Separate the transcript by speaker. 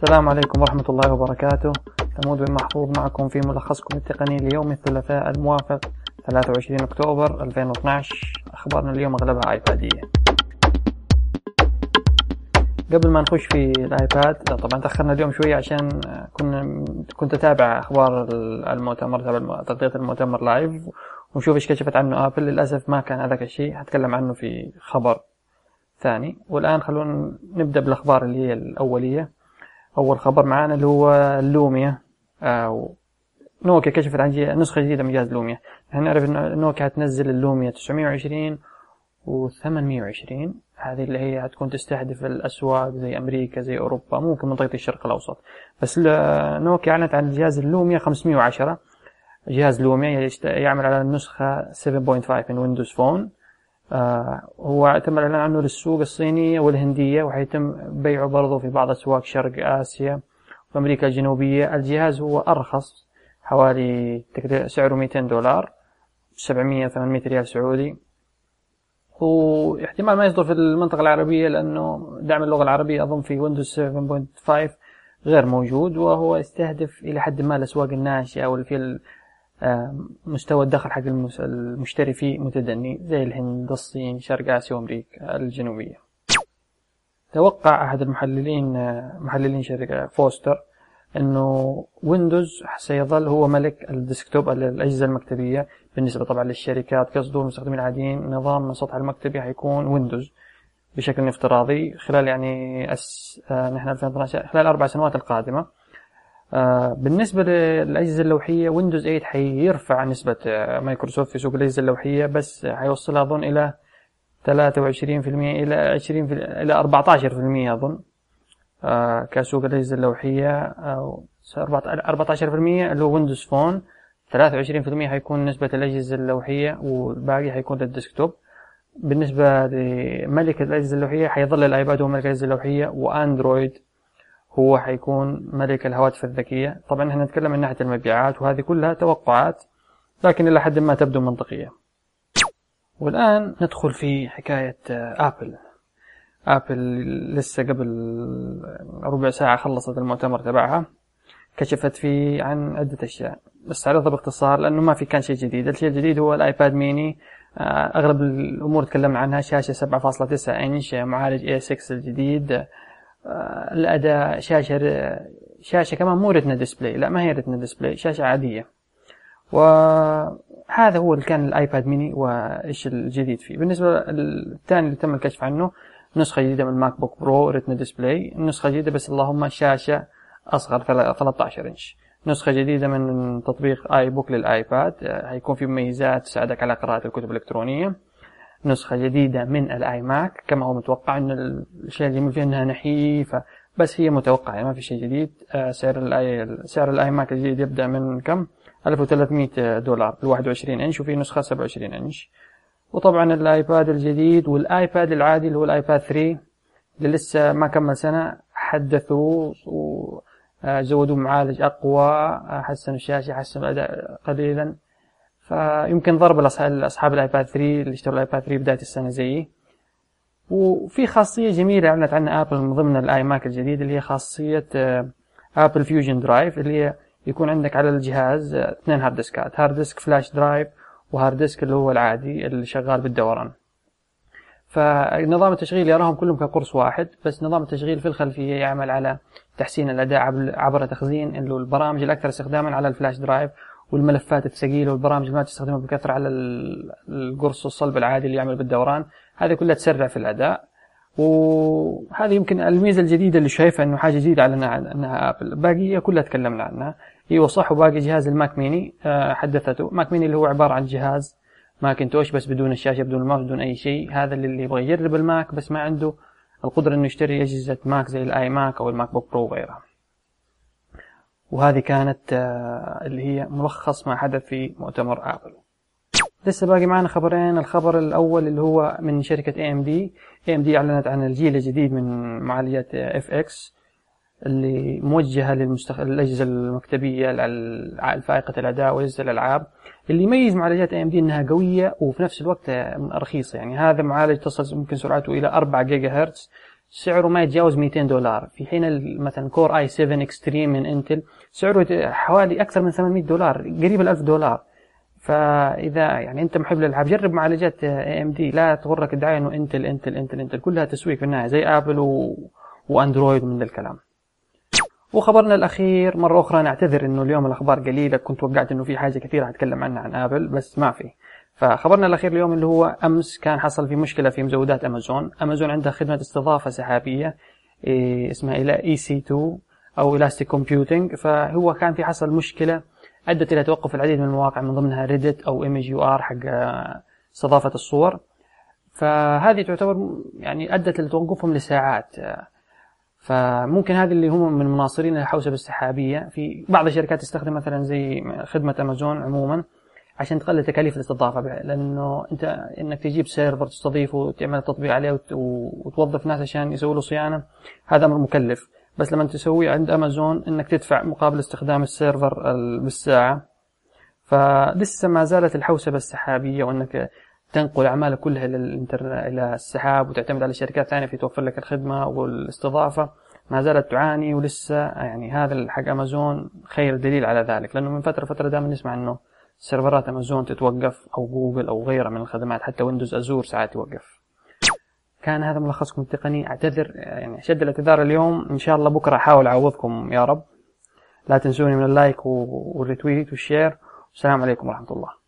Speaker 1: السلام عليكم ورحمة الله وبركاته. ثمود بن محفوظ معكم في ملخصكم التقني ليوم الثلاثاء الموافق 23 أكتوبر 2012. أخبارنا اليوم أغلبها آيبادية. قبل ما نخش في الآيباد، طبعا تأخرنا اليوم شوية عشان كنت أتابع أخبار المؤتمر، تابع تغطية المؤتمر لايف ونشوف إيش كشفت عنه آبل. للأسف ما كان هذاك الشيء، هتكلم عنه في خبر ثاني. والآن خلونا نبدأ بالأخبار اللي هي الأولية. أول خبر معانا اللي هو اللوميا. نوكيا كشفت عن نسخة جديدة من جهاز لوميا. نحن نعرف أن نوكيا هتنزل اللوميا 920 و 820، هذه اللي هي هتكون تستهدف الأسواق زي أمريكا زي أوروبا، ممكن منطقة الشرق الأوسط. بس نوكيا أعلنت عن جهاز اللوميا 510. جهاز لوميا يعمل على النسخة 7.5 من ويندوز فون. هو تم الإعلان عنه للسوق الصينية والهندية، وحيتم بيعه برضو في بعض أسواق شرق آسيا وأمريكا الجنوبية. الجهاز هو أرخص، حوالي سعره $200، 700-800 ريال سعودي، واحتمال ما يصدر في المنطقة العربية لأنه دعم اللغة العربية أظن في ويندوز 7.5 غير موجود، وهو يستهدف إلى حد ما الأسواق الناشئة واللي في مستوى الدخل حق المشتري فيه متدني زي الهند، الصين، شرق آسيا وأمريكا الجنوبية. توقع أحد محللين شركة فوستر أنه ويندوز سيظل هو ملك الديسكتوب، الأجهزة المكتبية بالنسبة طبعا للشركات. قصده المستخدمين العاديين نظام السطح المكتبي حيكون ويندوز بشكل افتراضي خلال نحن 2012 خلال 4 سنوات القادمة. بالنسبة للأجهزة اللوحية، ويندوز 8 حيرفع نسبة مايكروسوفت في سوق الأجهزة اللوحية، بس حيوصلها أظن إلى 23% إلى 20% إلى 14% أظن كسوق الأجهزة اللوحية. 14% اللي هو ويندوز فون، 23% حيكون نسبة الأجهزة اللوحية، والباقي حيكون للديسكتوب. بالنسبة لملك الأجهزة اللوحية حيظل الآيباد هو ملك الأجهزة اللوحية، وأندرويد هو حيكون ملك الهواتف الذكية. طبعا احنا نتكلم من ناحية المبيعات، وهذه كلها توقعات لكن إلى حد ما تبدو منطقية. والآن ندخل في حكاية آبل لسه قبل ربع ساعة خلصت المؤتمر تبعها، كشفت فيه عن عدة أشياء، بس عرضها باختصار لأنه ما في كان شيء جديد. الشيء الجديد هو الآيباد ميني. أغلب الأمور تكلمنا عنها، شاشة 7.9 إنش، معالج A6 الجديد، الأداء شاشة كمان مو ريتنا ديسبلاي، لا ما هي ريتنا ديسبلاي، شاشة عادية. وهذا هو اللي كان الآيباد ميني وإيش الجديد فيه. بالنسبة للثاني اللي تم الكشف عنه، نسخة جديدة من الماك بوك برو ريتنا ديسبلاي، نسخة جديدة بس اللهم شاشة أصغر 13 إنش، نسخة جديدة من تطبيق آي بوك للآيباد، هيكون في مميزات تساعدك على قراءة الكتب الإلكترونية. نسخة جديدة من الآي ماك كما هو متوقع، إن الشيء الجميل فيها إنها نحيفة، بس هي متوقعة يعني ما في شيء جديد. سعر الآي ماك الجديد يبدأ من كم؟ $1300 ال21 إنش، وفي نسخة 27 إنش. وطبعا الآيباد الجديد والآيباد العادي اللي هو الآيباد 3 اللي لسه ما كمل سنة، حدثوا وزودوا معالج أقوى، حسنوا الشاشة، حسنوا الأداء قليلا، فيمكن ضرب لأصحاب الآيباد 3 اللي اشتروا الآيباد 3 بداية السنة زيي. وفي خاصية جميلة أعلنت عنها آبل من ضمن الآي ماك الجديد، اللي هي خاصية آبل فيوجن درايف، اللي هي يكون عندك على الجهاز 2 هارد ديسكات، هارد ديسك فلاش درايف وهارد ديسك اللي هو العادي اللي شغال بالدوران. فنظام التشغيل يراهم كلهم كقرص واحد، بس نظام التشغيل في الخلفية يعمل على تحسين الأداء عبر تخزين اللي البرامج الأكثر استخداما على الفلاش درايف، والملفات الثقيلة والبرامج اللي ما تستخدمها بكثرة على القرص الصلب العادي اللي يعمل بالدوران، هذه كلها تسرع في الأداء. وهذه يمكن الميزة الجديدة اللي شايفها أنه حاجة جديدة عنها آبل. باقية كلها تكلمنا عنها، هي صح. وباقي جهاز الماك ميني حدثته. ماك ميني اللي هو عبارة عن جهاز ماكنتوش بس بدون الشاشة، بدون الماوس، بدون أي شيء. هذا اللي يبغى يجرب الماك بس ما عنده القدرة إنه يشتري أجهزة ماك زي الآي ماك أو الماك بوك برو وغيرها. وهذه كانت اللي هي ملخص ما حدث في مؤتمر آبل. لسه باقي معنا خبرين. الخبر الأول اللي هو من شركة AMD أعلنت عن الجيل الجديد من معالجات FX اللي موجهة للأجهزة المكتبية الفائقة الأداء وأجهزة الألعاب. اللي يميز معالجات AMD إنها قوية وفي نفس الوقت رخيصة. يعني هذا معالج تصل ممكن سرعته إلى 4 جيجا هرتز سعره ما يتجاوز $200، في حين مثلا كور اي 7 اكستريم من انتل سعره حوالي اكثر من $800، قريب $1000. فاذا يعني انت محب للالعاب جرب معالجات اي ام دي، لا تغرك الدعايه انه انتل انتل انتل انتل، كلها تسويق في النهايه زي ابل واندرويد ومن ذا الكلام. وخبرنا الاخير مره اخرى نعتذر انه اليوم الاخبار قليله، كنت وقعت انه في حاجه كثيره هتكلم عنها عن ابل بس ما في. فخبرنا الاخير اليوم اللي هو امس كان حصل في مشكله في مزودات امازون عندها خدمه استضافه سحابيه اسمها EC2 او Elastic Computing. فهو كان في حصل مشكله ادت الى توقف العديد من المواقع من ضمنها ريدت او ImageUR حق استضافه الصور. فهذه تعتبر يعني ادت لتوقفهم لساعات. فممكن هذه اللي هم من مناصرين الحوسبة السحابية، في بعض الشركات تستخدم مثلا زي خدمة أمازون عموما عشان تقلل تكاليف الاستضافة، لأنه أنت إنك تجيب سيرفر تستضيفه وتعمل تطبيق عليه وتوظف ناس عشان يسووا له صيانة، هذا أمر مكلف. بس لما تسويه عند أمازون إنك تدفع مقابل استخدام السيرفر بالساعة. فلسه ما زالت الحوسبة السحابية وإنك تنقل أعمالك كلها إلى السحاب وتعتمد على شركات ثانية في توفر لك الخدمة والاستضافة، ما زالت تعاني. ولسه يعني هذا حق أمازون خير دليل على ذلك، لأنه من فترة دائما نسمع إنه سيرفرات أمازون تتوقف أو جوجل أو غيرها من الخدمات، حتى ويندوز أزور ساعات يوقف. كان هذا ملخصكم التقني، أعتذر يعني أشد الاعتذار اليوم، إن شاء الله بكرة أحاول أعوضكم يا رب. لا تنسوني من اللايك والريتويت والشير، والسلام عليكم ورحمة الله.